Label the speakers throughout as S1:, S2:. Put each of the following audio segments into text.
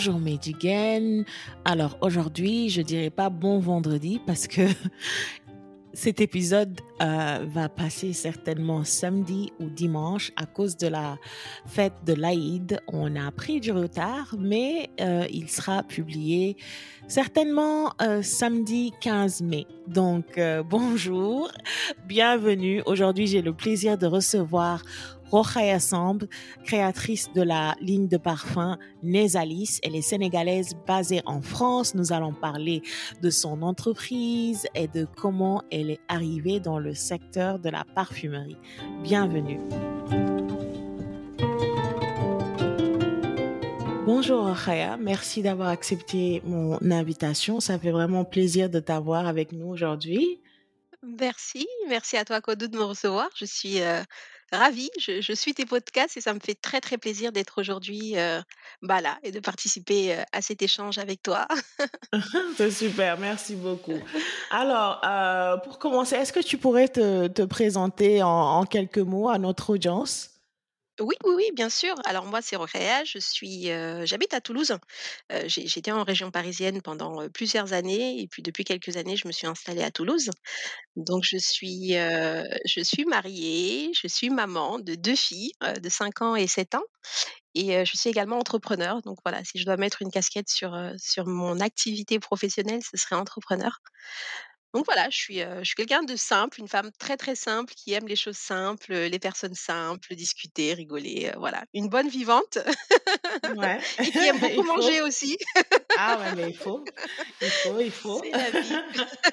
S1: Bonjour Medigen. Alors aujourd'hui, je dirais pas bon vendredi parce que cet épisode va passer certainement samedi ou dimanche à cause de la fête de l'Aïd. On a pris du retard, mais il sera publié certainement samedi 15 mai. Donc bonjour, bienvenue. Aujourd'hui, j'ai le plaisir de recevoir Rokhaya Samb, créatrice de la ligne de parfum Nezalis. Elle est sénégalaise basée en France. Nous allons parler de son entreprise et de comment elle est arrivée dans le secteur de la parfumerie. Bienvenue. Bonjour Rokhaya, merci d'avoir accepté mon invitation. Ça fait vraiment plaisir de t'avoir avec nous aujourd'hui.
S2: Merci à toi Kodo de me recevoir. Je suis, ravie. Je suis tes podcasts et ça me fait très, très plaisir d'être aujourd'hui, là et de participer, à cet échange avec toi.
S1: C'est super, merci beaucoup. Alors, pour commencer, est-ce que tu pourrais te présenter en quelques mots à notre audience?
S2: Oui, oui, oui, bien sûr. Alors moi, c'est Rokhaya, j'habite à Toulouse. J'étais en région parisienne pendant, plusieurs années et puis depuis quelques années, je me suis installée à Toulouse. Donc je suis mariée, je suis maman de 2 filles, de 5 ans et 7 ans. Et je suis également entrepreneur, donc voilà, si je dois mettre une casquette sur mon activité professionnelle, ce serait entrepreneur. Donc voilà, je suis quelqu'un de simple, une femme très, très simple qui aime les choses simples, les personnes simples, discuter, rigoler, voilà. Une bonne vivante
S1: Ouais,
S2: et qui aime beaucoup
S1: il faut.
S2: manger aussi.
S1: Ah ouais, mais il faut. Il faut.
S2: C'est la vie.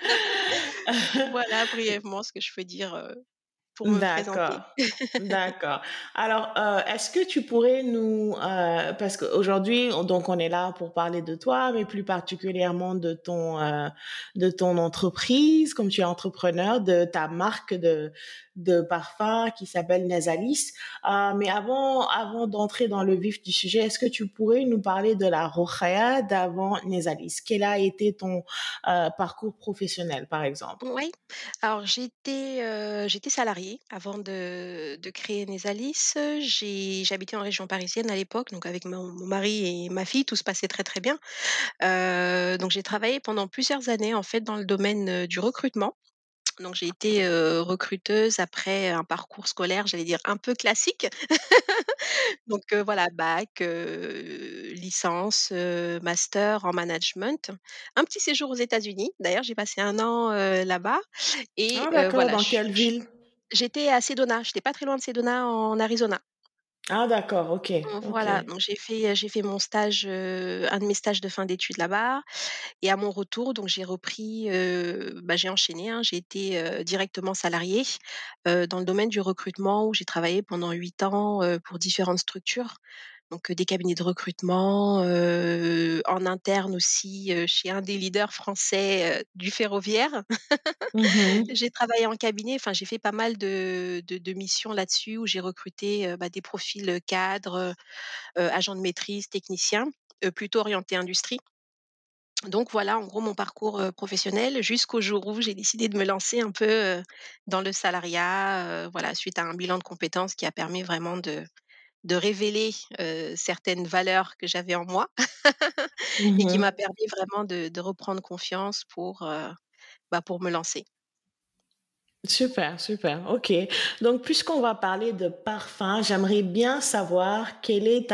S2: Voilà brièvement ce que je peux dire, pour me présenter.
S1: D'accord, d'accord. Alors, est-ce que tu pourrais nous, parce qu'aujourd'hui, donc on est là pour parler de toi, mais plus particulièrement de ton entreprise, comme tu es entrepreneur, de ta marque de parfum qui s'appelle Nasalis. Mais avant d'entrer dans le vif du sujet, est-ce que tu pourrais nous parler de la Rokhaya d'avant Nasalis? Quel a été ton parcours professionnel, par exemple?
S2: Oui, alors j'étais salariée avant de créer Nesalis. J'habitais en région parisienne à l'époque, donc avec mon mari et ma fille, tout se passait très, très bien. Donc j'ai travaillé pendant plusieurs années, en fait, dans le domaine, du recrutement. Donc j'ai été, recruteuse après un parcours scolaire, j'allais dire un peu classique. Donc voilà, bac, licence, master en management. Un petit séjour aux États-Unis. D'ailleurs, j'ai passé 1 an, là-bas et
S1: Ah d'accord,
S2: voilà,
S1: dans quelle ville?
S2: j'étais à Sedona, j'étais pas très loin de Sedona en Arizona.
S1: Ah d'accord, OK,
S2: Voilà,
S1: OK.
S2: donc j'ai fait mon stage, un de mes stages de fin d'études là-bas et à mon retour, donc j'ai repris, j'ai enchaîné, hein. J'ai été, directement salariée, dans le domaine du recrutement où j'ai travaillé pendant 8 ans, pour différentes structures. Donc, des cabinets de recrutement, en interne aussi, chez un des leaders français, du ferroviaire.
S1: Mhm,
S2: J'ai travaillé en cabinet, enfin j'ai fait pas mal de missions là-dessus où j'ai recruté, des profils, cadres, agents de maîtrise, techniciens, plutôt orientés industrie. Donc voilà, en gros mon parcours, professionnel jusqu'au jour où j'ai décidé de me lancer un peu, dans le salariat, voilà, suite à un bilan de compétences qui a permis vraiment de révéler, certaines valeurs que j'avais en moi et qui m'a
S1: mhm.
S2: permis vraiment de reprendre confiance pour me lancer.
S1: Super, super, OK. Donc puisqu'on va parler de parfum, j'aimerais bien savoir quelle est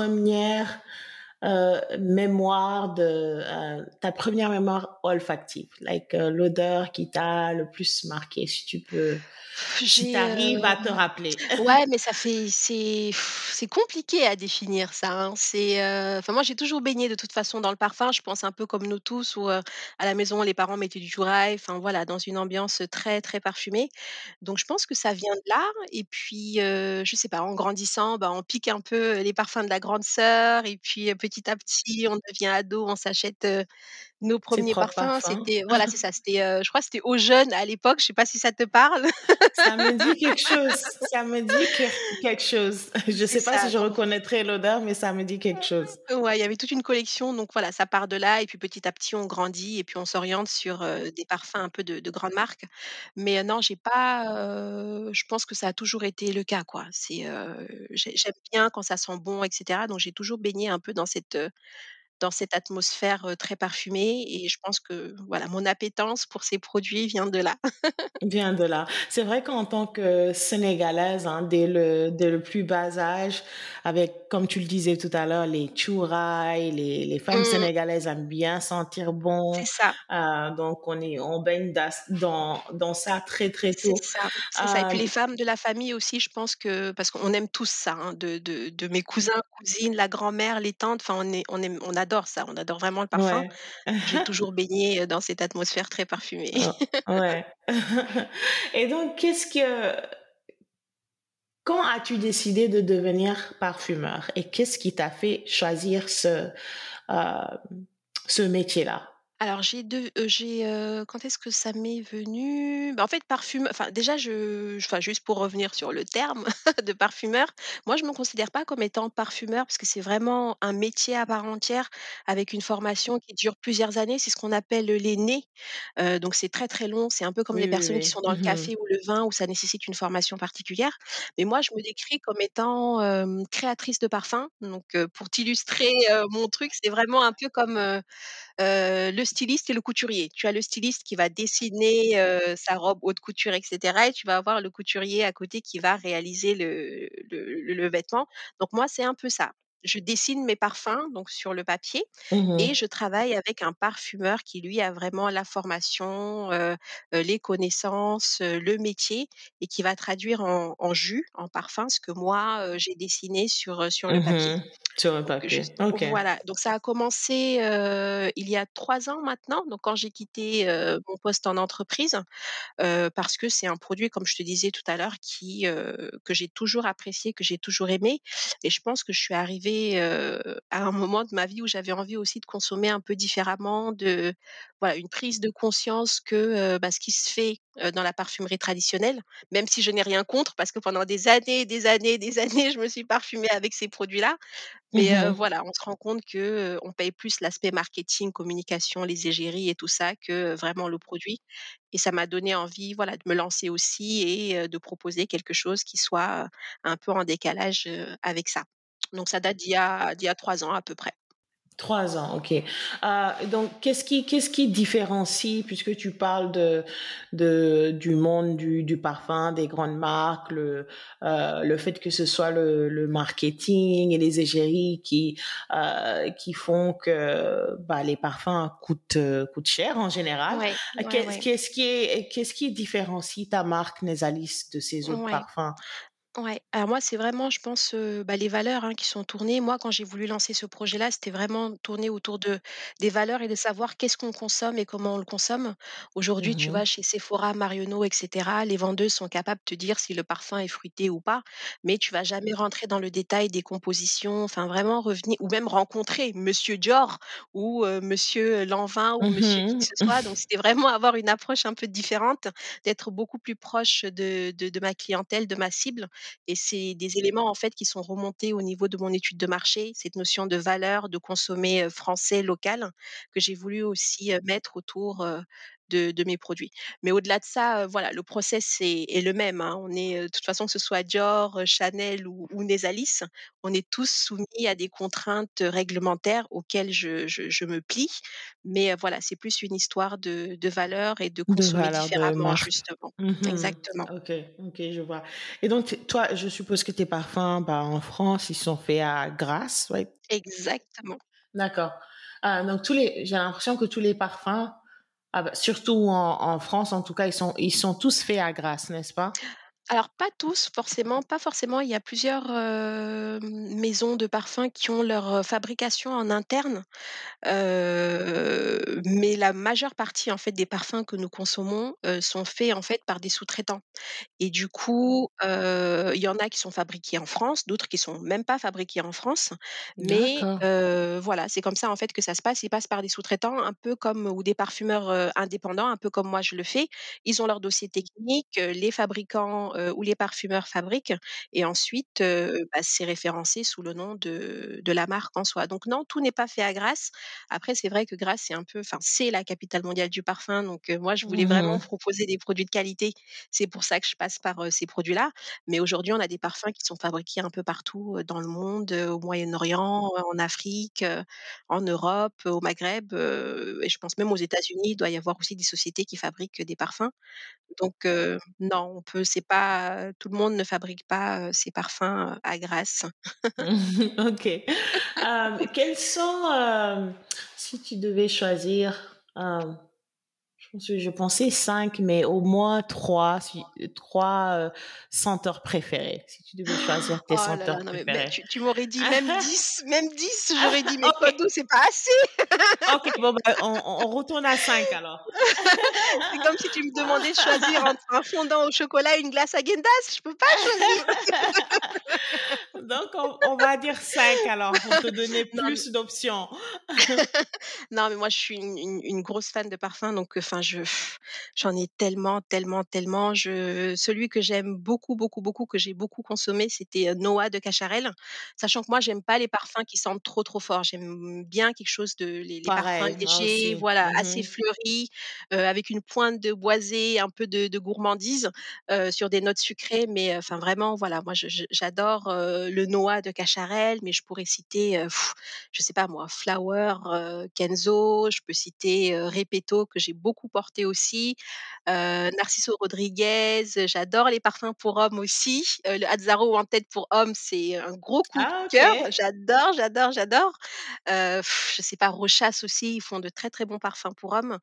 S1: ta première mémoire olfactive, like, l'odeur qui t'a le plus marqué, si tu peux si tu
S2: J'ai,
S1: arrives à te rappeler.
S2: Ouais, mais c'est compliqué à définir ça, hein. Enfin moi j'ai toujours baigné de toute façon dans le parfum, je pense un peu comme nous tous où, à la maison les parents mettaient du Jouraï, enfin voilà, dans une ambiance très, très parfumée. Donc je pense que ça vient de là et puis, je sais pas, en grandissant, on pique un peu les parfums de la grande sœur et puis, petit à petit on devient ado, on s'achète, nos
S1: Tes
S2: premiers
S1: propres
S2: parfums.
S1: parfums.
S2: C'était voilà, c'est ça, c'était, je crois que c'était Eau Jeune à l'époque, je sais pas si ça te parle?
S1: Ça me dit quelque chose, ça me dit quelque chose. Je
S2: C'est
S1: sais pas si
S2: ça,
S1: je
S2: donc
S1: reconnaîtrais l'odeur, mais ça me dit quelque chose.
S2: ouais, il y avait toute une collection, donc voilà, ça part de là et puis petit à petit on grandit et puis on s'oriente sur, des parfums un peu de grandes marques. Mais, non, j'ai pas, je pense que ça a toujours été le cas, quoi. J'aime bien quand ça sent bon et cetera, donc j'ai toujours baigné un peu dans cette atmosphère, très parfumée et je pense que, voilà, mon appétence pour ces produits vient de là.
S1: Vient de là. C'est vrai qu'en tant que Sénégalaise, hein, dès le plus bas âge, avec, comme tu le disais tout à l'heure, les chourais, les femmes
S2: Mmh,
S1: sénégalaises aiment bien sentir bon,
S2: c'est ça.
S1: donc on baigne dans ça très, très tôt.
S2: C'est ça et puis
S1: Hem,
S2: les femmes de la famille aussi, je pense que parce qu'on aime tous ça, hein, de mes cousins, cousines, la grand-mère, les tantes, enfin on adore ça, on adore vraiment le parfum.
S1: ouais.
S2: J'ai toujours baigné, dans cette atmosphère très parfumée.
S1: Ouais. Et donc quand as-tu décidé de devenir parfumeur et qu'est-ce qui t'a fait choisir heu, ce métier-là?
S2: Alors quand est-ce que ça m'est venu? Bah, en fait, enfin, déjà, enfin, juste pour revenir sur le terme de parfumeur, moi, je me considère pas comme étant parfumeur parce que c'est vraiment un métier à part entière avec une formation qui dure plusieurs années. C'est ce qu'on appelle les nés. Donc c'est très, très long. C'est un peu comme
S1: Oui,
S2: les
S1: oui,
S2: personnes qui
S1: oui.
S2: sont dans le
S1: Mmh.
S2: café ou le vin où ça nécessite une formation particulière. Mais moi, je me décris comme étant, créatrice de parfums. Donc, pour t'illustrer, mon truc, c'est vraiment un peu comme, le styliste et le couturier. Tu as le styliste qui va dessiner, sa robe haute couture et cetera et tu vas avoir le couturier à côté qui va réaliser le vêtement. Donc moi, c'est un peu ça. Je dessine mes parfums donc sur le papier et
S1: Mmh.
S2: je travaille avec un parfumeur qui lui a vraiment la formation, les connaissances, le métier et qui va traduire en jus, en parfum, ce que moi, j'ai dessiné sur le papier.
S1: Mmh. Sur le
S2: Donc
S1: papier.
S2: juste
S1: OK.
S2: voilà, donc ça a commencé, il y a 3 ans maintenant, donc quand j'ai quitté, mon poste en entreprise, parce que c'est un produit, comme je te disais tout à l'heure, que j'ai toujours apprécié, que j'ai toujours aimé et je pense que je suis arrivée, à un moment de ma vie où j'avais envie aussi de consommer un peu différemment, voilà, une prise de conscience que, bah, ce qui se fait, dans la parfumerie traditionnelle, même si je n'ai rien contre parce que pendant des années, des années, des années, je me suis parfumée avec ces produits-là. Mais,
S1: Mmh.
S2: voilà, on se rend compte que, on paye plus l'aspect marketing, communication, les égéries et tout ça que, vraiment le produit et ça m'a donné envie, voilà, de me lancer aussi et de proposer quelque chose qui soit, un peu en décalage, avec ça. Donc ça date d'il y a 3 ans à peu près.
S1: 3 ans, OK. Donc qu'est-ce qui différencie puisque tu parles du monde du parfum, des grandes marques, le fait que ce soit le marketing et les égéries qui font que, bah, les parfums coûtent cher en général.
S2: Ouais, ouais, ouais.
S1: Qu'est-ce qui différencie ta marque Nesalis de ces autres
S2: Ouais.
S1: parfums?
S2: Ouais, alors moi, c'est vraiment, je pense, bah, les valeurs, hein, qui sont tournées. Moi, quand j'ai voulu lancer ce projet-là, c'était vraiment tourné autour des valeurs et de savoir qu'est-ce qu'on consomme et comment on le consomme. Aujourd'hui, tu
S1: Mmh.
S2: vois, chez Sephora, Marionneau et cetera, les vendeuses sont capables de te dire si le parfum est fruité ou pas, mais tu vas jamais rentrer dans le détail des compositions, enfin vraiment revenir ou même rencontrer monsieur Dior ou monsieur Lanvin ou monsieur qui que
S1: Mmh
S2: ce soit. Donc c'était vraiment avoir une approche un peu différente, d'être beaucoup plus proche de ma clientèle, de ma cible et c'est des éléments, en fait, qui sont remontés au niveau de mon étude de marché, cette notion de valeur, de consommer, français, local, que j'ai voulu aussi, mettre autour, de mes produits. Mais au-delà de ça, voilà, le process est le même, hein. On est, de toute façon, que ce soit Dior, Chanel ou Nesalis, on est tous soumis à des contraintes, réglementaires auxquelles je me plie. Mais, voilà, c'est plus une histoire de valeur et de
S1: De
S2: consommer
S1: valeur de
S2: différemment,
S1: marque.
S2: justement.
S1: Mmh.
S2: Exactement.
S1: OK, OK, je vois. Et donc toi, je suppose que tes parfums, bah, en France, ils sont faits à Grasse, ouais?
S2: Exactement.
S1: D'accord. Donc j'ai l'impression que tous les parfums, ah bah, surtout en France en tout cas, ils sont tous faits à Grasse, n'est-ce pas?
S2: Alors pas tous forcément, pas forcément. Il y a plusieurs, maisons de parfums qui ont leur, fabrication en interne, mais la majeure partie en fait des parfums que nous consommons, sont faits en fait par des sous-traitants. Et du coup, il y en a qui sont fabriqués en France, d'autres qui sont même pas fabriqués en France. Mais,
S1: D'accord.
S2: voilà, c'est comme ça en fait que ça se passe. Ils passent par des sous-traitants un peu comme ou des parfumeurs, indépendants, un peu comme moi je le fais. Ils ont leur dossier technique, les fabricants, où les parfumeurs fabriquent et ensuite, bah, c'est référencé sous le nom de la marque en soi. Donc non, tout n'est pas fait à Grasse. Après, c'est vrai que Grasse, c'est un peu enfin, c'est la capitale mondiale du parfum, donc moi, je voulais vraiment
S1: Mhm.
S2: proposer des produits de qualité. C'est pour ça que je passe par, ces produits-là. Mais aujourd'hui, on a des parfums qui sont fabriqués un peu partout, dans le monde, au Moyen-Orient, en Afrique, en Europe, au Maghreb, et je pense même aux États-Unis, il doit y avoir aussi des sociétés qui fabriquent des parfums. Donc non, on peut c'est pas, tout le monde ne fabrique pas, ses parfums, à Grasse.
S1: OK. Quels sont, si tu devais choisir, je pensais 5, mais au moins 3, 3 senteurs préférés, si tu devais choisir tes
S2: Oh là
S1: senteurs
S2: là, non mais
S1: préférés.
S2: tu m'aurais dit même dix, j'aurais dit: «Mais
S1: OK,
S2: Kodo, c'est pas assez!»
S1: OK, bon, bah, on retourne à 5 alors.
S2: C'est comme si tu me demandais de choisir entre un fondant au chocolat et une glace à Häagen-Dazs, je peux pas choisir.
S1: Donc on va dire 5 alors pour te donner
S2: Non.
S1: plus d'options.
S2: Non, mais moi, je suis une grosse fan de parfums, donc enfin, j'en ai tellement, tellement, tellement. Celui que j'aime beaucoup, beaucoup, beaucoup, que j'ai beaucoup consommé, c'était, Noah de Cacharel. Sachant que moi, j'aime pas les parfums qui sentent trop, trop fort. J'aime bien quelque chose de les parfums
S1: Pareil, moi
S2: légers,
S1: aussi.
S2: voilà, assez
S1: Mmh.
S2: fleuris, avec une pointe de boisé, un peu de gourmandise, sur des notes sucrées. Mais, enfin, vraiment, voilà, moi, j'adore, le Noah de Cacharel, mais je pourrais citer, je sais pas moi, Flower, Kenzo, je peux citer, Repetto que j'ai beaucoup porté aussi, Narciso Rodriguez, j'adore les parfums pour hommes aussi, le Azzaro en tête pour hommes, c'est un gros coup de
S1: Ah
S2: cœur,
S1: OK.
S2: j'adore, j'adore, j'adore. Je sais pas, Rochas aussi, ils font de très, très bons parfums pour hommes.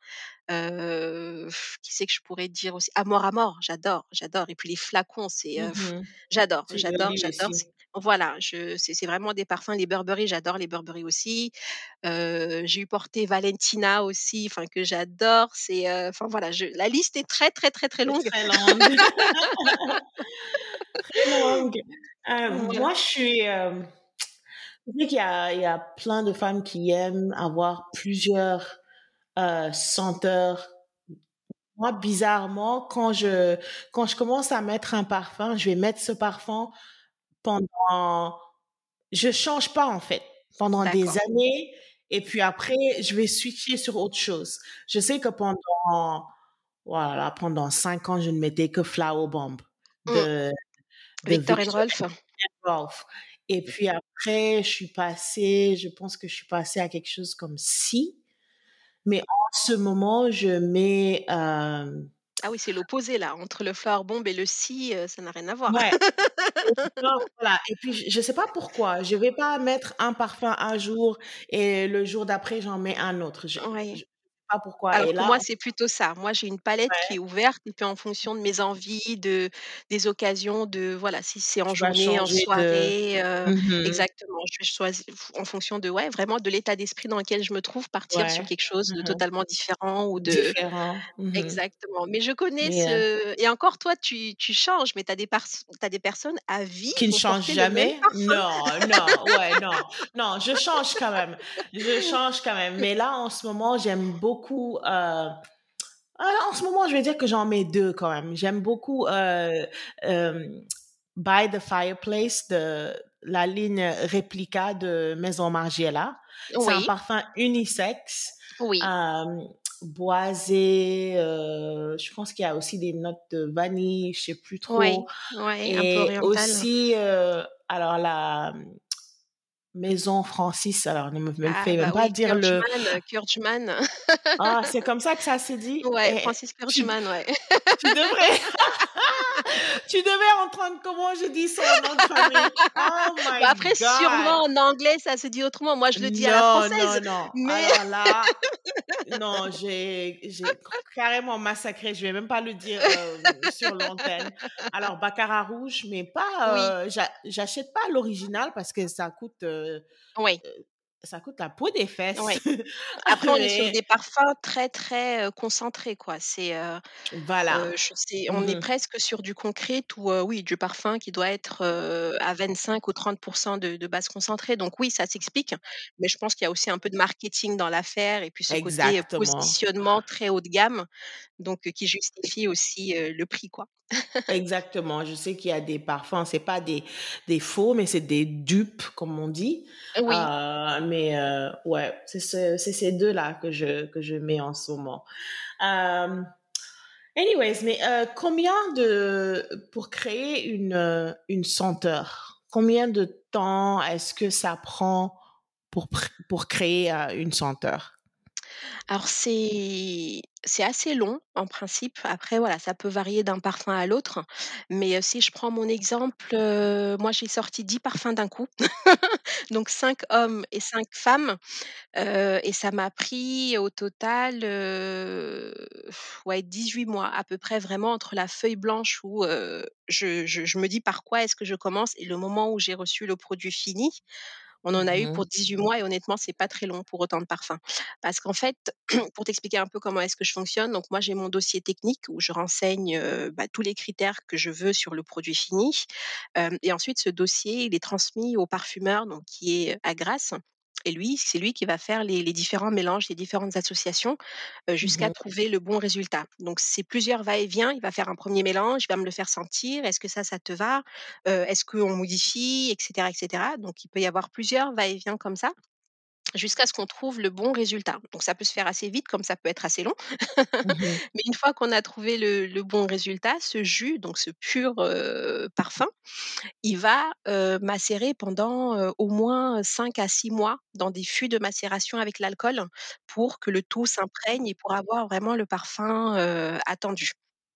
S2: Qui c'est que je pourrais dire aussi? Amor Amor, j'adore, j'adore et puis les flacons, c'est,
S1: Mmh.
S2: j'adore,
S1: C'est
S2: j'adore,
S1: joli
S2: j'adore.
S1: aussi.
S2: Voilà, c'est vraiment des parfums, les Burberry, j'adore les Burberry aussi. J'ai eu porté Valentina aussi, enfin que j'adore. Enfin voilà, je la liste est très, très, très, très
S1: C'est
S2: longue.
S1: très longue, très longue.
S2: Voilà.
S1: Moi je suis, je sais qu'il y a plein de femmes qui aiment avoir plusieurs, senteurs. Moi, bizarrement, quand je commence à mettre un parfum, je vais mettre ce parfum pendant je change pas, en fait, pendant des
S2: D'accord.
S1: années et puis après, je vais switcher sur autre chose. Je sais que voilà, pendant 5 ans, je ne mettais que Flower Bomb
S2: Mmh.
S1: de
S2: Viktor and
S1: Viktor
S2: Rolf.
S1: Rolf et puis après, je pense que je suis passée à quelque chose comme Si, mais en ce moment, je mets,
S2: Ah oui, c'est l'opposé là, entre le Flower Bomb et le Si, ça n'a rien à voir.
S1: ouais. Et non, voilà et puis je sais pas pourquoi, je vais pas mettre un parfum un jour et le jour d'après, j'en mets un autre. Je
S2: Ouais.
S1: sais pas pourquoi et
S2: Alors que
S1: là,
S2: moi, c'est plutôt ça. Moi, j'ai une palette qui est
S1: ouais,
S2: ouverte et puis en fonction de mes envies, des occasions, voilà, si c'est en
S1: tu vas
S2: journée, en
S1: changer de
S2: soirée,
S1: mmh
S2: exactement. Je vais choisir en fonction de ouais, vraiment de l'état d'esprit dans lequel je me trouve, partir sur
S1: ouais,
S2: quelque chose de
S1: mmh
S2: totalement différent ou de
S1: différent,
S2: exactement. Mais je connais
S1: mais
S2: et encore toi, tu changes, mais tu des personnes à vie
S1: qui ne
S2: vont
S1: change
S2: porter le même
S1: jamais?
S2: parfum.
S1: Non, non, ouais, non, non, je change quand même, mais là, en ce moment, j'aime beaucoup, en ce moment, je vais dire que j'en mets 2 quand même. J'aime beaucoup, hem, By the Fireplace de la ligne Replica de Maison Margiela. C'est un
S2: Oui,
S1: parfum unisexe,
S2: oui,
S1: hem, boisé, je pense qu'il y a aussi des notes de vanille, je sais plus trop
S2: oui, ouais, un peu
S1: et
S2: oriental.
S1: aussi, alors la Maison Francis, alors ne me
S2: Ah
S1: fais même
S2: bah
S1: pas
S2: oui,
S1: dire le
S2: Kürtschmann.
S1: c'est comme ça que ça se dit?
S2: Ouais,
S1: Et
S2: Francis
S1: tu
S2: Kürtschmann, ouais.
S1: tu devrais tu devais entendre comment je dis son nom de famille. Oh
S2: Bah,
S1: my
S2: après
S1: God!
S2: sûrement en anglais ça se dit autrement. Moi je le dis à la
S1: Non,
S2: française,
S1: non, non.
S2: mais
S1: Alors là, non, j'ai carrément massacré. Je vais même pas le dire, sur l'antenne. Alors baccarat rouge, mais
S2: oui,
S1: pas, j'achète pas l'original parce que
S2: oui,
S1: ça coûte la peau des fesses.
S2: oui. Après on est sur
S1: Mais
S2: des parfums très, très, concentrés quoi.
S1: voilà.
S2: Je sais on est
S1: Mmh.
S2: presque sur du concret ou oui, du parfum qui doit être, à 25 ou 30 de base concentrée donc oui, ça s'explique. Mais je pense qu'il y a aussi un peu de marketing dans l'affaire et puis ce côté,
S1: Exactement.
S2: positionnement très haut de gamme donc qui justifie aussi, le prix quoi.
S1: Exactement. Je sais qu'il y a des parfums, c'est pas des faux, mais c'est des dupes, comme on dit.
S2: Oui.
S1: Ouais, c'est ces 2 là que je mets en ce moment. Hem, anyways, combien de pour créer une senteur, combien de temps est-ce que ça prend pour créer, une senteur?
S2: Alors c'est assez long en principe. Après voilà, ça peut varier d'un parfum à l'autre. Mais, si je prends mon exemple, moi j'ai sorti 10 parfums d'un coup. Donc 5 hommes et 5 femmes, et ça m'a pris au total, ouais 18 mois à peu près vraiment entre la feuille blanche où, je me dis: «Par quoi est-ce que je commence?» et le moment où j'ai reçu le produit fini. On en a eu
S1: Mmh.
S2: pour 18 mois et honnêtement, c'est pas très long pour autant de parfums. Parce qu'en fait, pour t'expliquer un peu comment est-ce que je fonctionne, donc moi j'ai mon dossier technique où je renseigne, tous les critères que je veux sur le produit fini. Et ensuite ce dossier, il est transmis au parfumeur donc qui est à Grasse et lui, c'est lui qui va faire les différents mélanges, les différentes associations, jusqu'à
S1: Mmh.
S2: trouver le bon résultat. Donc c'est plusieurs va-et-vient, il va faire un premier mélange, il va me le faire sentir: «Est-ce que ça te va? Est-ce qu'on modifie?» et cetera et cetera. Donc il peut y avoir plusieurs va-et-vient comme ça, jusqu'à ce qu'on trouve le bon résultat. Donc ça peut se faire assez vite comme ça peut être assez long.
S1: Mmh.
S2: Mais une fois qu'on a trouvé le bon résultat, ce jus, donc ce pur, parfum, il va, macérer pendant, au moins 5 à 6 mois dans des fûts de macération avec l'alcool pour que le tout s'imprègne et pour avoir vraiment le parfum, attendu.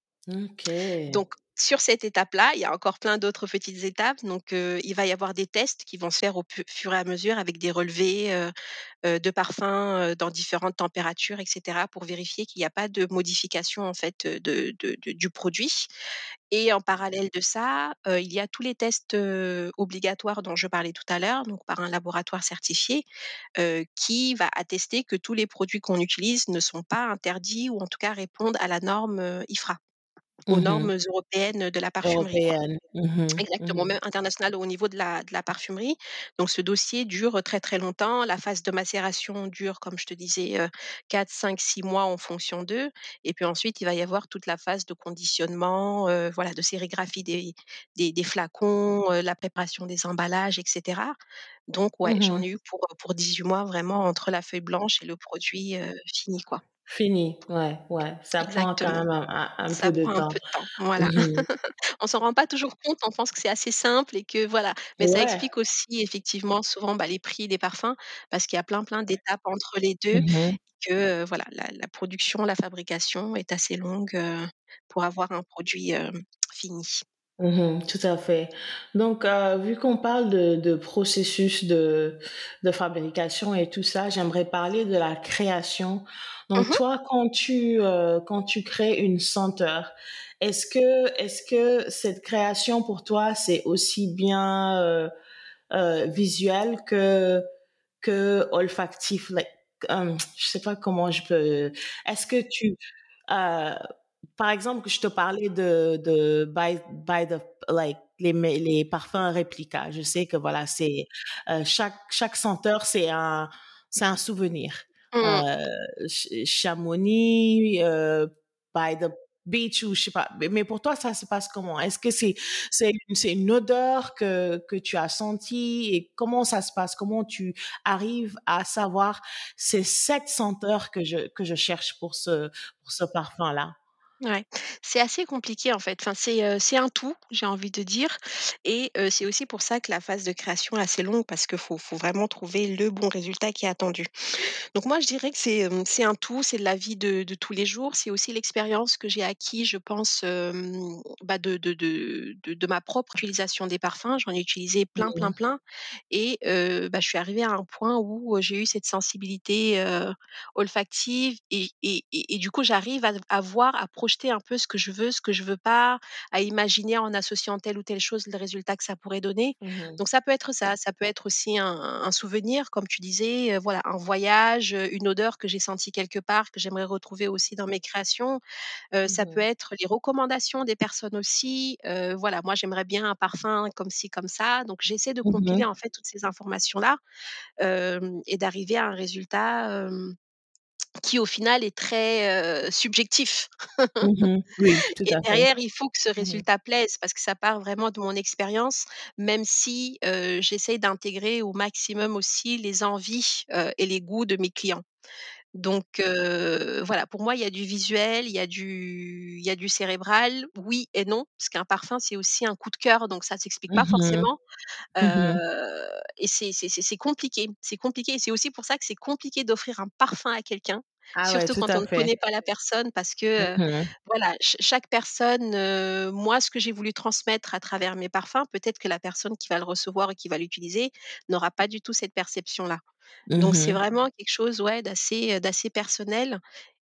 S1: OK.
S2: Donc sur cette étape-là, il y a encore plein d'autres petites étapes. Donc, il va y avoir des tests qui vont se faire au fur et à mesure avec des relevés, de parfums, dans différentes températures et cetera pour vérifier qu'il n'y a pas de modification en fait, de du produit. Et en parallèle de ça, il y a tous les tests, obligatoires dont je parlais tout à l'heure, donc par un laboratoire certifié, qui va attester que tous les produits qu'on utilise ne sont pas interdits ou en tout cas répondent à la norme, IFRA, aux
S1: Mmh.
S2: normes européennes de la parfumerie, quoi.
S1: Européenne. Mmh.
S2: Exactement,
S1: Mmh.
S2: même international au niveau de la parfumerie. Donc ce dossier dure très, très longtemps. La phase de macération dure, comme je te disais, 4, 5, 6 mois en fonction d'eux et puis ensuite, il va y avoir toute la phase de conditionnement, voilà, de sérigraphie des flacons, la préparation des emballages et cetera. Donc ouais, j'en
S1: Mmh.
S2: ai eu pour 18 mois vraiment entre la feuille blanche et le produit, fini, quoi.
S1: Fini, ouais, ouais, ça prend quand
S2: Exactement.
S1: même un
S2: Ça
S1: peu de
S2: prend un
S1: temps.
S2: peu de temps, voilà.
S1: Mmh.
S2: On s'en rend pas toujours compte, on pense que c'est assez simple et que voilà, mais ça
S1: Ouais.
S2: explique aussi effectivement souvent, les prix des parfums parce qu'il y a plein, plein d'étapes entre les 2,
S1: Mmh.
S2: que, voilà, la production, la fabrication est assez longue, pour avoir un produit, fini.
S1: Mmh, tout à fait. Donc, vu qu'on parle de processus de fabrication et tout ça, j'aimerais parler de la création. Donc
S2: Mmh.
S1: toi, quand tu crées une senteur, est-ce que cette création pour toi, c'est aussi bien, visuel que olfactif? Like, je sais pas comment je peux est-ce que tu, heu par exemple, je te parlais de by the like les parfums réplica. Je sais que voilà, c'est chaque senteur, c'est un souvenir.
S2: Mmh.
S1: Euh, Chamonix, by the beach ou je sais pas. Mais pour toi, ça se passe comment? Est-ce que c'est une odeur que tu as sentie et comment ça se passe? Comment tu arrives à savoir c'est cette senteur que je cherche pour ce parfum-là?
S2: Ouais, c'est assez compliqué en fait. Enfin, c'est un tout, j'ai envie de dire et c'est aussi pour ça que la phase de création est assez longue parce qu'il faut vraiment trouver le bon résultat qui est attendu. Donc moi, je dirais que c'est un tout, c'est de la vie de tous les jours. C'est aussi l'expérience que j'ai acquis, je pense, de ma propre utilisation des parfums. J'en ai utilisé plein, plein,
S1: Mmh.
S2: plein et je suis arrivée à un point où, j'ai eu cette sensibilité, olfactive et du coup, j'arrive à voir, à projeter un peu ce que je veux pas, à imaginer en associant telle ou telle chose, le résultat que ça pourrait donner.
S1: Mmh.
S2: Donc ça peut être ça, ça peut être aussi un souvenir comme tu disais, voilà, un voyage, une odeur que j'ai sentie quelque part, que j'aimerais retrouver aussi dans mes créations. Ça peut
S1: Mmh.
S2: être les recommandations des personnes aussi, voilà, moi j'aimerais bien un parfum comme ci, comme ça, donc j'essaie de compiler
S1: Mmh.
S2: en fait toutes ces informations-là, et d'arriver à un résultat, qui au final est très, subjectif.
S1: Mmh. Oui, tout
S2: Et
S1: à fait.
S2: derrière, il faut que ce
S1: Mmh.
S2: résultat plaise parce que ça part vraiment de mon expérience, même si, j'essaye d'intégrer au maximum aussi les envies, et les goûts de mes clients. Donc voilà, pour moi, il y a du visuel, il y a du cérébral, oui et non, parce qu'un parfum, c'est aussi un coup de cœur, donc ça s'explique pas
S1: Mmh.
S2: forcément,
S1: Mmh.
S2: et c'est compliqué. C'est compliqué et c'est aussi pour ça que c'est compliqué d'offrir un parfum à quelqu'un,
S1: Ah ouais,
S2: surtout
S1: tout
S2: quand on
S1: à
S2: ne
S1: fait.
S2: connaît pas la personne parce que,
S1: Mmh.
S2: voilà, chaque personne, moi, ce que j'ai voulu transmettre à travers mes parfums, peut-être que la personne qui va le recevoir et qui va l'utiliser n'aura pas du tout cette perception-là. Donc c'est
S1: Mmh.
S2: vraiment quelque chose, ouais, d'assez personnel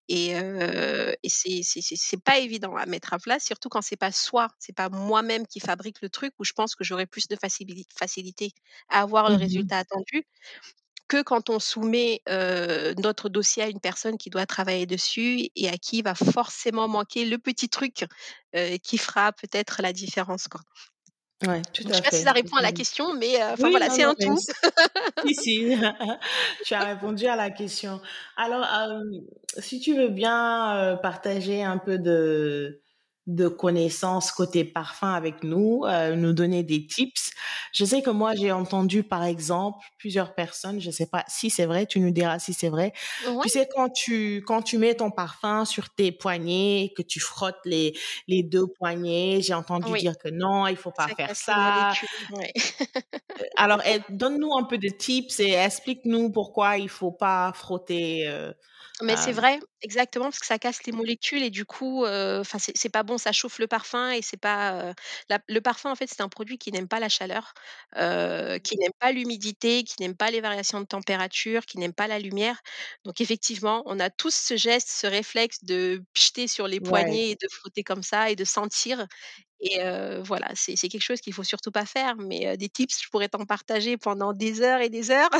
S2: et c'est pas évident à mettre en place, surtout quand c'est pas moi-même qui fabrique le truc où je pense que j'aurais plus de facilité à avoir le
S1: Mmh.
S2: résultat attendu que quand on soumet, notre dossier à une personne qui doit travailler dessus et à qui il va forcément manquer le petit truc, qui fera peut-être la différence, quoi.
S1: Ouais, tout
S2: Donc je sais
S1: à
S2: pas si ça
S1: fait.
S2: répond à la question, mais enfin
S1: Oui,
S2: voilà,
S1: non,
S2: c'est
S1: non,
S2: un
S1: mais
S2: tout.
S1: si, si, tu as répondu à la question. Alors, si tu veux bien partager un peu de connaissances côté parfum avec nous, nous donner des tips. Je sais que moi, j'ai entendu, par exemple, plusieurs personnes, je sais pas si c'est vrai, tu nous diras si c'est vrai. Tu
S2: Ouais,
S1: sais, quand tu mets ton parfum sur tes poignets, que tu frottes les deux poignets, j'ai entendu
S2: oui,
S1: dire que non, il faut pas
S2: ça
S1: faire
S2: casse les
S1: ça.
S2: molécules, ouais.
S1: Alors, donne-nous un peu de tips et explique-nous pourquoi il faut pas frotter.
S2: Mais c'est
S1: Euh,
S2: vrai, exactement, parce que ça casse les molécules et du coup, enfin, c'est pas bon, ça chauffe le parfum et c'est pas, le parfum, en fait, c'est un produit qui n'aime pas la chaleur, qui n'aime pas l'humidité, qui n'aime pas les variations de température, qui n'aime pas la lumière. Donc effectivement, on a tous ce geste, ce réflexe de picheter sur les
S1: ouais.
S2: poignets et de frotter comme ça et de sentir et voilà, c'est quelque chose qu'il faut surtout pas faire, mais des tips, je pourrais t'en partager pendant des heures et des heures.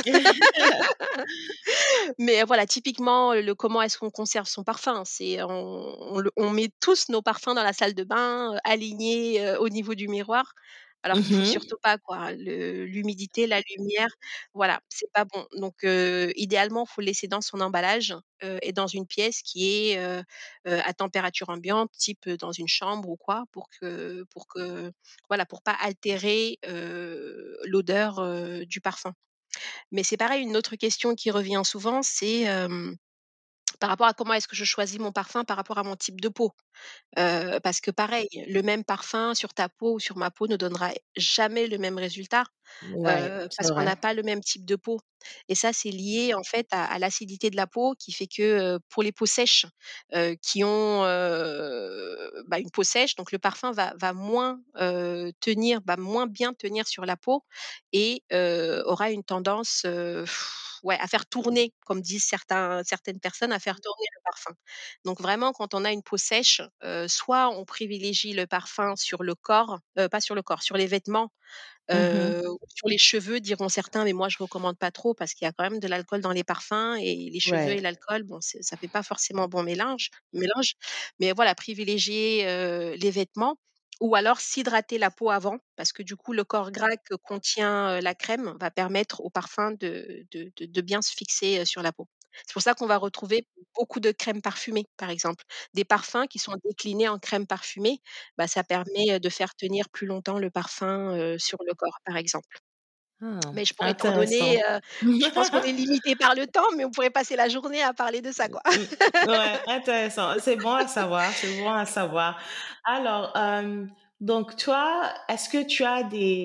S2: Mais voilà, typiquement, le comment est-ce qu'on conserve son parfum? C'est on met tous nos parfums dans la salle de bain, alignés, au niveau du miroir, alors qu'il faut
S1: Mhm,
S2: surtout pas quoi, l'humidité, la lumière, voilà, c'est pas bon. Donc idéalement, faut le laisser dans son emballage, et dans une pièce qui est, à température ambiante, type, dans une chambre ou quoi, pour que voilà, pour pas altérer, l'odeur, du parfum. Mais c'est pareil, une autre question qui revient souvent, c'est, par rapport à comment est-ce que je choisis mon parfum par rapport à mon type de peau? Parce que pareil, le même parfum sur ta peau ou sur ma peau ne donnera jamais le même résultat,
S1: ouais, c'est
S2: parce qu'on
S1: vrai.
S2: n'a pas le même type de peau et ça, c'est lié en fait à l'acidité de la peau qui fait que, pour les peaux sèches, qui ont, bah, une peau sèche, donc le parfum va moins, va moins bien tenir sur la peau et aura une tendance, ouais, à faire tourner, comme disent certaines personnes, à faire tourner le parfum. Donc vraiment, quand on a une peau sèche, soit on privilégie le parfum sur le corps, pas sur le corps, sur les vêtements,
S1: Mhm,
S2: ou sur les cheveux diront certains, mais moi je recommande pas trop parce qu'il y a quand même de l'alcool dans les parfums et les cheveux et
S1: ouais.
S2: l'alcool, bon, ça fait pas forcément bon mélange. Mais voilà, privilégier, les vêtements ou alors s'hydrater la peau avant parce que du coup le corps gras que contient, la crème va permettre au parfum de bien se fixer, sur la peau. C'est pour ça qu'on va retrouver beaucoup de crèmes parfumées, par exemple. Des parfums qui sont déclinés en crème parfumée, bah, ça permet, de faire tenir plus longtemps le parfum, sur le corps, par exemple.
S1: Ah,
S2: Mais je pourrais t'en
S1: intéressant.
S2: donner, je pense qu'on est limité par le temps, mais on pourrait passer la journée à parler de ça, quoi.
S1: Ouais, intéressant. C'est bon à savoir, c'est bon à savoir. Alors, donc toi, est-ce que tu as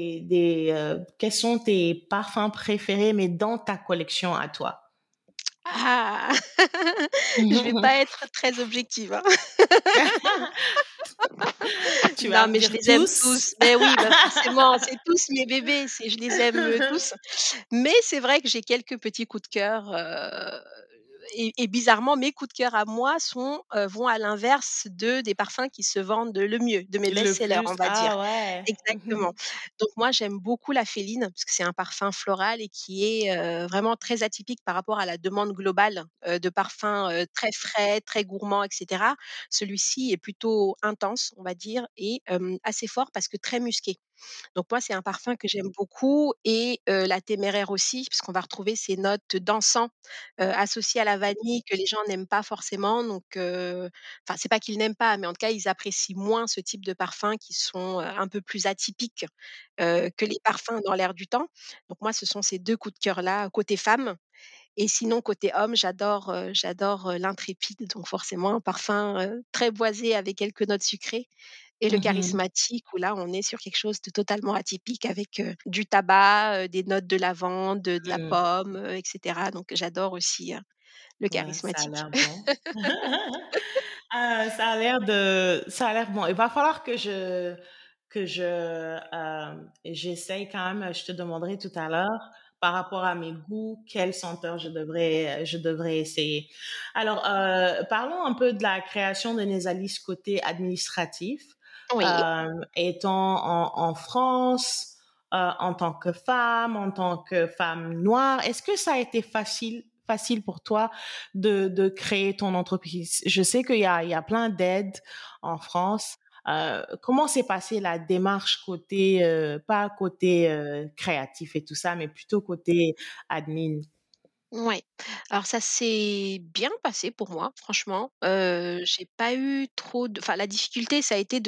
S1: quels sont tes parfums préférés, mais dans ta collection à toi?
S2: Ah! Je vais pas être très objective, hein.
S1: Tu vas
S2: Non,
S1: me
S2: mais je
S1: dire
S2: les aime
S1: tous?
S2: tous. Mais oui, bah, forcément, c'est tous mes bébés, je les aime, tous. Mais c'est vrai que j'ai quelques petits coups de cœur, et bizarrement, mes coups de cœur à moi vont à l'inverse des parfums qui se vendent le mieux, de mes
S1: Le
S2: best-sellers, on
S1: plus?
S2: va dire.
S1: Ah ouais.
S2: Exactement. Donc moi, j'aime beaucoup la féline, parce que c'est un parfum floral et qui est, vraiment très atypique par rapport à la demande globale, de parfums, très frais, très gourmands et cetera. Celui-ci est plutôt intense, on va dire et assez fort parce que très musqué. Donc moi, c'est un parfum que j'aime beaucoup et la Téméraire aussi, parce qu'on va retrouver ces notes d'encens, associées à la vanille que les gens n'aiment pas forcément. Donc enfin, c'est pas qu'ils n'aiment pas, mais en tout cas, ils apprécient moins ce type de parfums qui sont, un peu plus atypiques, que les parfums dans l'air du temps. Donc moi, ce sont ces 2 coups de cœur-là, côté femme. Et sinon côté homme, j'adore, l'Intrépide, donc forcément un parfum, très boisé avec quelques notes sucrées et le
S1: Mhm.
S2: charismatique où là, on est sur quelque chose de totalement atypique avec, du tabac, des notes de lavande, de la
S1: Mhm.
S2: pomme, et cetera. Donc j'adore aussi, le
S1: Ouais, ça a
S2: charismatique.
S1: l'air bon. Ça a l'air bon. Il va falloir j'essaye quand même. Je te demanderai tout à l'heure par rapport à mes goûts, quel senteur je devrais essayer. Alors, parlons un peu de la création de Nesalis côté administratif.
S2: Oui.
S1: Étant en France, en tant que femme, en tant que femme noire, est-ce que ça a été facile pour toi de créer ton entreprise? Je sais il y a plein d'aides en France. Comment s'est passée la démarche côté, pas côté créatif et tout ça, mais plutôt côté admin?
S2: Ouais. Alors ça s'est bien passé pour moi, franchement. J'ai pas eu trop de enfin la difficulté, ça a été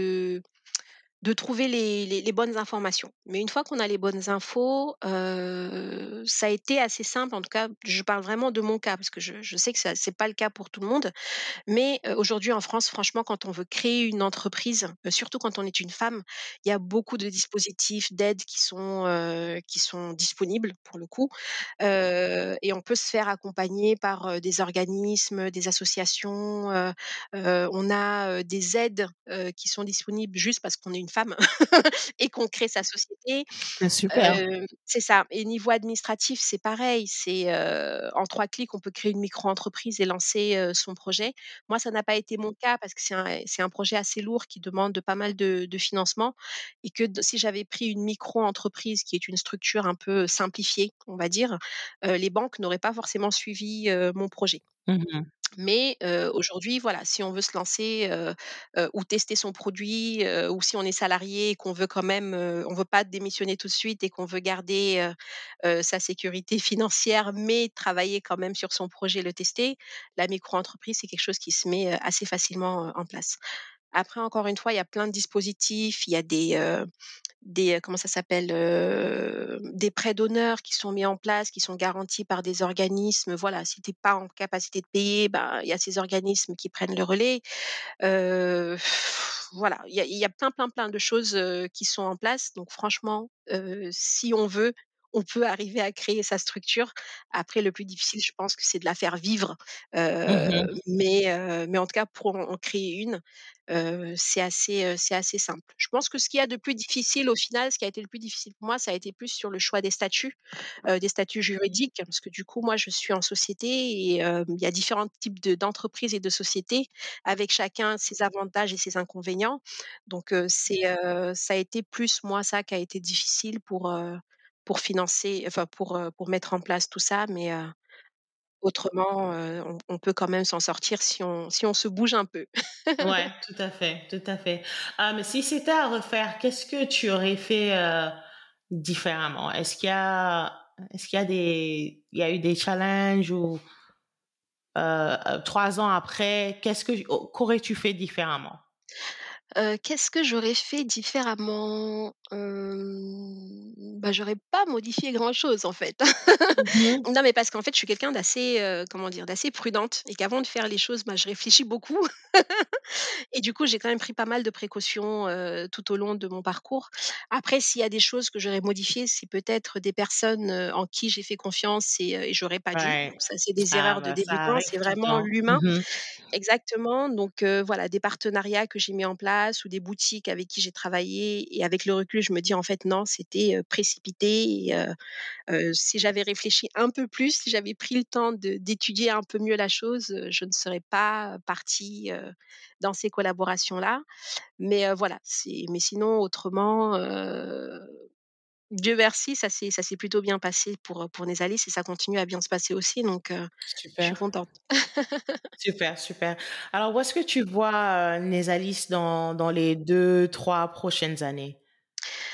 S2: de trouver les bonnes informations. Mais une fois qu'on a les bonnes infos, ça a été assez simple. En tout cas, je parle vraiment de mon cas parce que je sais que ça c'est pas le cas pour tout le monde. Mais, aujourd'hui en France, franchement, quand on veut créer une entreprise, surtout quand on est une femme, il y a beaucoup de dispositifs d'aide qui sont disponibles pour le coup. Et on peut se faire accompagner par, des organismes, des associations, on a, des aides, qui sont disponibles juste parce qu'on est une femme et qu'on crée sa société.
S1: Super.
S2: C'est ça et niveau administratif, c'est pareil, c'est, en 3 clics, on peut créer une micro-entreprise et lancer, son projet. Moi, ça n'a pas été mon cas parce que c'est un projet assez lourd qui demande pas mal de financement et que d si j'avais pris une micro-entreprise qui est une structure un peu simplifiée, on va dire, les banques n'auraient pas forcément suivi, mon projet.
S1: Mhm.
S2: Mais aujourd'hui, voilà, si on veut se lancer, ou tester son produit, ou si on est salarié et qu'on veut quand même, on veut pas démissionner tout de suite et qu'on veut garder, sa sécurité financière, mais travailler quand même sur son projet, le tester, la micro-entreprise, c'est quelque chose qui se met, assez facilement, en place. Après, encore une fois, il y a plein de dispositifs, il y a des, comment ça s'appelle? Des prêts d'honneur qui sont mis en place, qui sont garantis par des organismes. Voilà, si tu es pas en capacité de payer, ben, il y a ces organismes qui prennent le relais. Heu, voilà, il y a plein, plein, plein de choses, qui sont en place. Donc franchement, si on veut, on peut arriver à créer sa structure. Après le plus difficile, je pense que c'est de la faire vivre,
S1: Mhm.
S2: mais en tout cas pour en créer une, c'est assez simple. Je pense que ce qu'il y a de plus difficile au final, ce qui a été le plus difficile pour moi, ça a été plus sur le choix des statuts juridiques, parce que du coup, moi, je suis en société et il y a différents types d'entreprises et de sociétés avec chacun ses avantages et ses inconvénients. Donc ça a été plus moi ça qui a été difficile pour financer enfin pour mettre en place tout ça, mais autrement, on peut quand même s'en sortir si on se bouge un peu.
S1: Ouais, tout à fait, tout à fait. Mais si c'était à refaire, qu'est-ce que tu aurais fait différemment? Est-ce qu'il y a il y a eu des challenges ou 3 ans après, qu'aurais-tu fait différemment?
S2: Qu'est-ce que j'aurais fait différemment? Bah, j'aurais pas modifié grand-chose, en fait.
S1: Mhm.
S2: Non, mais parce qu'en fait, je suis quelqu'un d'assez, comment dire? D'assez prudente et qu'avant de faire les choses, bah, je réfléchis beaucoup et du coup, j'ai quand même pris pas mal de précautions, tout au long de mon parcours. Après, s'il y a des choses que j'aurais modifiées, c'est peut-être des personnes, en qui j'ai fait confiance et j'aurais pas dû.
S1: Ouais.
S2: Bon, ça, c'est des
S1: Ah,
S2: erreurs de
S1: bah, ça
S2: débutant,
S1: arrive
S2: c'est
S1: tout le
S2: vraiment
S1: temps.
S2: l'humain.
S1: Mhm.
S2: Exactement, donc voilà, des partenariats que j'ai mis en place ou des boutiques avec qui j'ai travaillé et avec le recul, je me dis: «En fait, non, c'était, précipité et si j'avais réfléchi un peu plus, si j'avais pris le temps d'étudier un peu mieux la chose, je ne serais pas partie, dans ces collaborations-là». Mais voilà, mais sinon autrement, Dieu merci, ça s'est plutôt bien passé pour Nesalis et ça continue à bien se passer aussi donc je suis
S1: Super,
S2: contente.
S1: super, super. Alors, où est-ce que tu vois Nesalis dans les 2, 3 prochaines années?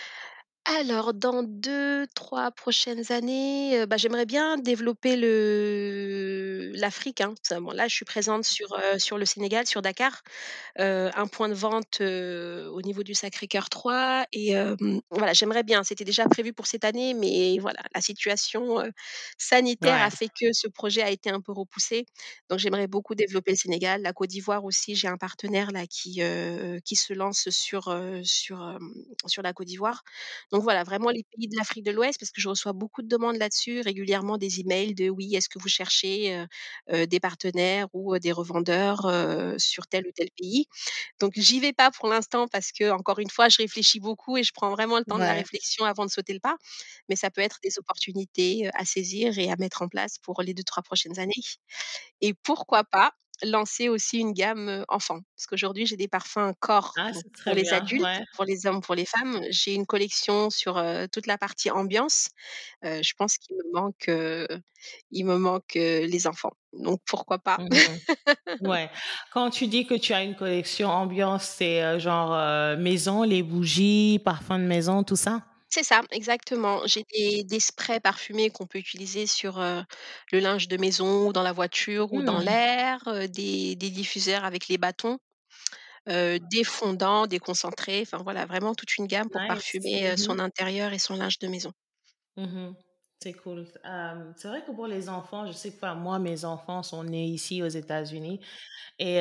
S2: Alors dans 2, 3 prochaines années, bah, j'aimerais bien développer le l'Afrique, hein. Ça bon là, je suis présente sur le Sénégal, sur Dakar. Un point de vente, au niveau du Sacré-Cœur 3 et voilà, j'aimerais bien. C'était déjà prévu pour cette année, mais voilà, la situation, sanitaire a
S1: Ouais,
S2: fait que ce projet a été un peu repoussé. Donc j'aimerais beaucoup développer le Sénégal. La Côte d'Ivoire aussi, j'ai un partenaire là qui se lance sur la Côte d'Ivoire. Donc voilà, vraiment les pays de l'Afrique de l'Ouest parce que je reçois beaucoup de demandes là-dessus, régulièrement des emails de: «Oui, est-ce que vous cherchez, des partenaires ou des revendeurs, sur tel ou tel pays?» Donc j'y vais pas pour l'instant parce que encore une fois, je réfléchis beaucoup et je prends vraiment le temps de la
S1: ouais.
S2: réflexion avant de sauter le pas. Mais ça peut être des opportunités, à saisir et à mettre en place pour les 2, 3 prochaines années. Et pourquoi pas lancer aussi une gamme, enfant? Parce qu'aujourd'hui, j'ai des parfums corps,
S1: Ah,
S2: donc
S1: c'est
S2: pour
S1: très
S2: les
S1: bien,
S2: adultes,
S1: ouais.
S2: pour les hommes, pour les femmes. J'ai une collection sur, toute la partie ambiance. Je pense qu'il me manque les enfants. Donc pourquoi pas?
S1: Mmh. Ouais. Quand tu dis que tu as une collection ambiance, c'est, genre, maison, les bougies, parfums de maison, tout ça?
S2: C'est ça, exactement. J'ai des sprays parfumés qu'on peut utiliser sur, le linge de maison ou dans la voiture ou dans
S1: Mmh.
S2: l'air, des diffuseurs avec les bâtons, des fondants, des concentrés, enfin voilà, vraiment toute une gamme pour
S1: Nice.
S2: parfumer,
S1: Mmh.
S2: son intérieur et son linge de maison.
S1: Mmh. C'est cool. C'est vrai que pour les enfants, je sais que, enfin, moi, mes enfants sont nés ici aux États-Unis et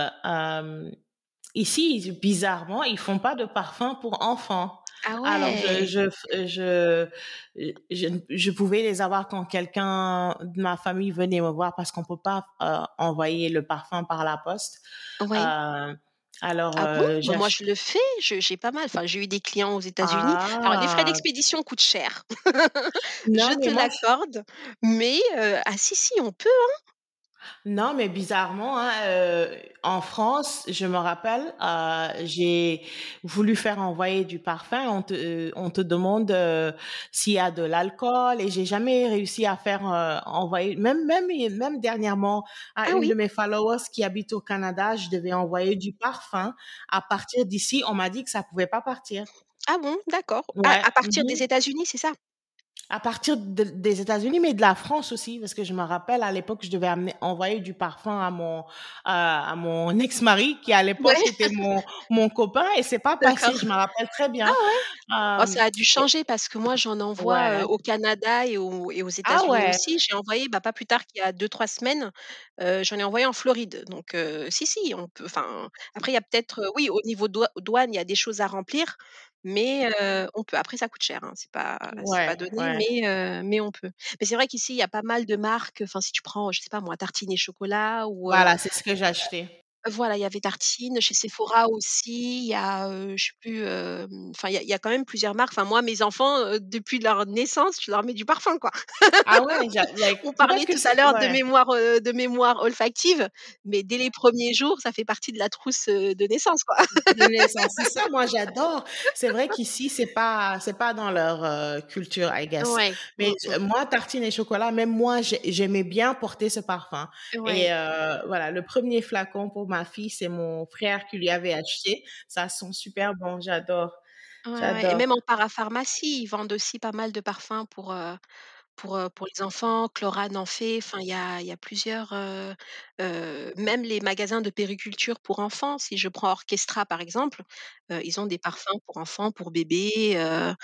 S1: ici, bizarrement, ils font pas de parfum pour enfants.
S2: Ah
S1: Alors
S2: ouais!
S1: je pouvais les avoir quand quelqu'un de ma famille venait me voir parce qu'on peut pas, envoyer le parfum par la poste.
S2: Ouais.
S1: Heu, alors,
S2: Ah bon? Bah, moi
S1: j'ach
S2: je le fais, j'ai pas mal, enfin j'ai eu des clients aux États-Unis. Alors les frais
S1: ah!
S2: d'expédition coûtent cher, je
S1: Non,
S2: te
S1: mais moi
S2: l'accorde, mais ah si, si, on peut.
S1: Non, mais bizarrement, hein, en France, je me rappelle, j'ai voulu faire envoyer du parfum. On te demande s'il y a de l'alcool et j'ai jamais réussi à faire envoyer. Même dernièrement, à
S2: Ah
S1: une
S2: oui?
S1: de mes followers qui habite au Canada, je devais envoyer du parfum. À partir d'ici, on m'a dit que ça pouvait pas partir.
S2: Ah bon? D'accord. Ah,
S1: Ouais.
S2: à partir des
S1: Mhm.
S2: États-Unis, c'est ça?
S1: À partir des États-Unis, mais de la France aussi, parce que je me rappelle à l'époque, je devais envoyer du parfum à mon ex-mari, qui à l'époque
S2: Ouais,
S1: était mon copain, et c'est pas passé.
S2: d'accord.
S1: Je me rappelle très
S2: Ah
S1: bien.
S2: ouais? Oh,
S1: Euh,
S2: ça a dû changer parce que moi, j'en envoie,
S1: ouais.
S2: au Canada et aux
S1: Ah
S2: États-Unis
S1: ouais.
S2: aussi. J'ai envoyé, bah, pas plus tard qu'il y a 2, 3 semaines, j'en ai envoyé en Floride. Donc si, si, on peut enfin, après il y a peut-être, oui, au niveau douane, il y a des choses à remplir, mais on peut. Après ça coûte cher, hein, c'est pas
S1: Ouais,
S2: donné,
S1: ouais.
S2: mais on peut. Mais c'est vrai qu'ici, il y a pas mal de marques, enfin, si tu prends, je sais pas moi, Tartines et chocolat ou
S1: Voilà, c'est ce que j'ai acheté.
S2: voilà, il y avait Tartine, chez Sephora aussi, il y a, je sais plus, enfin il y a quand même plusieurs marques. Enfin moi, mes enfants, depuis leur naissance, je leur mets du parfum, quoi.
S1: Ah ouais, like,
S2: On
S1: peut-être
S2: parlait
S1: que
S2: tout à
S1: c'est,
S2: l'heure
S1: ouais.
S2: de mémoire olfactive, mais dès les premiers jours, ça fait partie de la trousse, de naissance, quoi.
S1: De naissance, c'est ça, moi j'adore. C'est vrai qu'ici c'est pas dans leur culture, I guess.
S2: Ouais,
S1: Mais
S2: mmh.
S1: moi, tartine et chocolat, même moi, j'aimais bien porter ce parfum. Et
S2: Ouais,
S1: voilà, le premier flacon pour ma fille, c'est mon frère qui lui avait acheté. Ça sent super bon, j'adore,
S2: ouais, ouais et
S1: j'adore.
S2: même en parapharmacie, ils vendent aussi pas mal de parfums pour les enfants. Chlorane en fait, enfin il y a plusieurs, même les magasins de périculture pour enfants, si je prends Orchestra par exemple, ils ont des parfums pour enfants, pour bébés,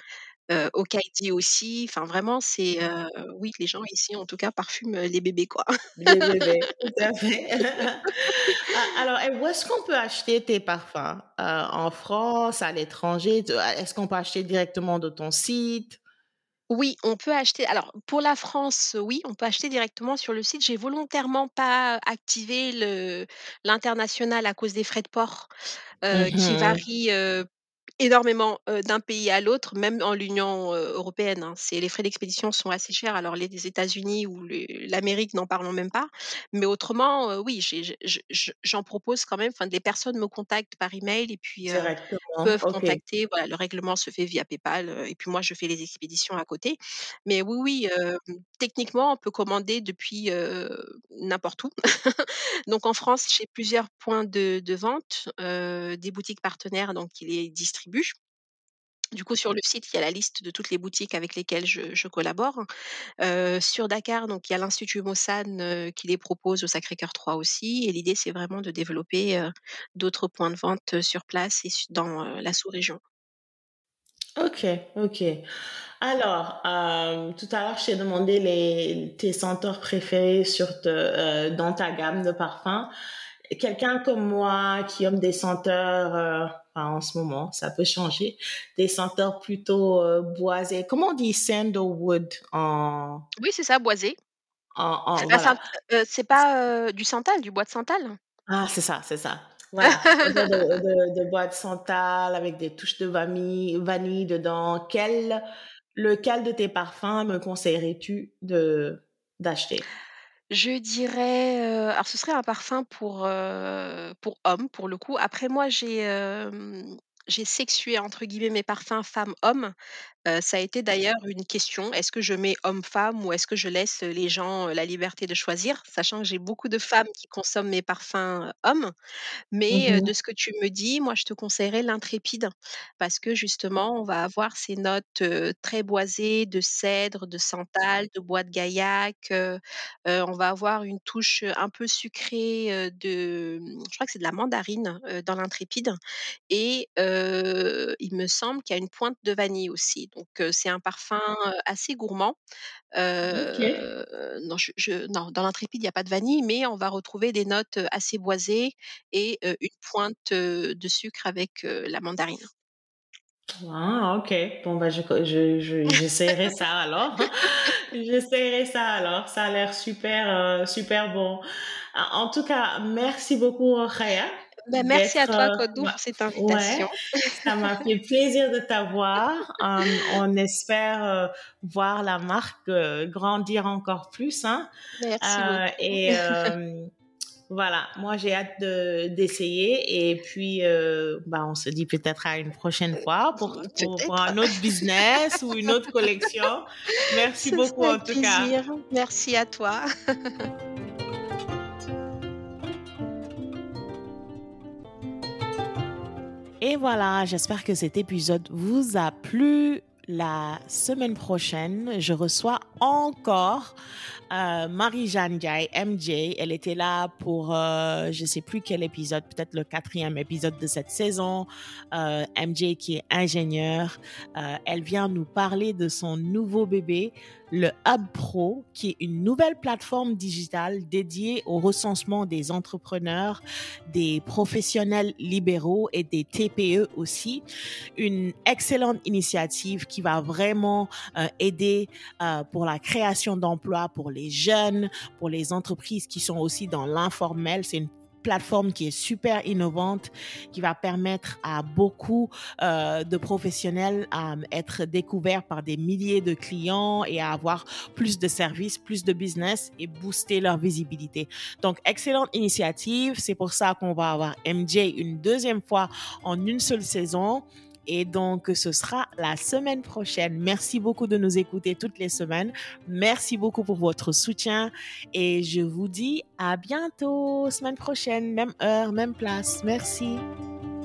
S2: Okaidi aussi, enfin vraiment c'est, oui les gens ici en tout cas parfument, les bébés quoi.
S1: Les bébés, tout à fait. Alors, et où est-ce qu'on peut acheter tes parfums? En France, à l'étranger? Est-ce qu'on peut acheter directement de ton site?
S2: Oui, on peut acheter alors pour la France, oui, on peut acheter directement sur le site. J'ai volontairement pas activé l'international à cause des frais de port, qui
S1: Mhm.
S2: varient, énormément, d'un pays à l'autre, même en l'Union, européenne, hein. C'est les frais d'expédition sont assez chers, alors les États-Unis ou l'Amérique, n'en parlons même pas. Mais autrement, oui, j'en propose quand même, enfin les personnes me contactent par email et puis,
S1: Directement,
S2: peuvent
S1: OK.
S2: contacter, voilà, le règlement se fait via PayPal, et puis moi je fais les expéditions à côté. Mais oui, oui, techniquement, on peut commander depuis, n'importe où. Donc en France, j'ai plusieurs points de vente, des boutiques partenaires donc qui les distribuent Du coup, sur le site, il y a la liste de toutes les boutiques avec lesquelles je collabore. Sur Dakar, donc il y a l'Institut Mossad, qui les propose au Sacré-Cœur 3 aussi, et l'idée, c'est vraiment de développer, d'autres points de vente, sur place et dans, la sous-région.
S1: Ok, ok. Alors, tout à l'heure, je t'ai demandé tes senteurs préférées dans ta gamme de parfums. Quelqu'un comme moi qui aime des senteurs, enfin, en ce moment, ça peut changer, des senteurs plutôt boisées. Comment on dit sandalwood
S2: Oui, c'est ça, boisé. C'est pas
S1: voilà.
S2: c'est pas, du santal, du bois de santal?
S1: Ah, c'est ça, c'est ça. Voilà. Odeur de bois de santal avec des touches de vanille dedans. Lequel de tes parfums me conseillerais-tu d'acheter?
S2: Je dirais, alors ce serait un parfum pour homme, pour le coup. Après moi, j'ai «sexué» entre guillemets mes parfums femmes-hommes. Ça a été d'ailleurs une question: est-ce que je mets homme-femme ou est-ce que je laisse les gens, la liberté de choisir? Sachant que j'ai beaucoup de femmes qui consomment mes parfums, hommes. Mais, de
S1: Mhm.
S2: ce que tu me dis, moi, je te conseillerais l'intrépide parce que justement, on va avoir ces notes, très boisées de cèdre, de santal, de bois de gaillac, on va avoir une touche, un peu sucrée, je crois que c'est de la mandarine, dans l'intrépide, et il me semble qu'il y a une pointe de vanille aussi. Donc, c'est un parfum, assez gourmand.
S1: Ok.
S2: Non, non, dans l'intrépide, il y a pas de vanille, mais on va retrouver des notes, assez boisées et une pointe, de sucre avec, la mandarine.
S1: Ah, ok. Bon, bah, j'essaierai ça alors. J'essaierai ça alors. Ça a l'air super, super bon. En tout cas, merci beaucoup, Raya,
S2: Bah, merci à toi, Codou,
S1: bah,
S2: pour cette
S1: ouais,
S2: invitation.
S1: ça m'a fait plaisir de t'avoir. On espère voir la marque grandir encore plus, hein.
S2: Merci beaucoup.
S1: Et voilà, moi j'ai hâte d'essayer et puis bah on se dit peut-être à une prochaine fois pour
S2: Peut-être.
S1: un autre business ou une autre collection. Merci
S2: Ce
S1: beaucoup
S2: sera
S1: en
S2: avec
S1: tout cas.
S2: plaisir. Merci à toi.
S1: Et voilà, j'espère que cet épisode vous a plu. La semaine prochaine, je reçois encore Marie-Jeanne Ndiaye, MJ. Elle était là pour, je sais plus quel épisode, peut-être le 4e épisode de cette saison. MJ qui est ingénieure. Elle vient nous parler de son nouveau bébé, le Hub Pro, qui est une nouvelle plateforme digitale dédiée au recensement des entrepreneurs, des professionnels libéraux et des TPE aussi. Une excellente initiative qui va vraiment aider pour la création d'emplois pour les jeunes, pour les entreprises qui sont aussi dans l'informel. C'est une plateforme qui est super innovante, qui va permettre à beaucoup de professionnels à être découverts par des milliers de clients et à avoir plus de services, plus de business et booster leur visibilité. Donc, excellente initiative. C'est pour ça qu'on va avoir MJ une deuxième fois en une seule saison. Et donc, ce sera la semaine prochaine. Merci beaucoup de nous écouter toutes les semaines. Merci beaucoup pour votre soutien. Et je vous dis à bientôt, semaine prochaine, même heure, même place. Merci.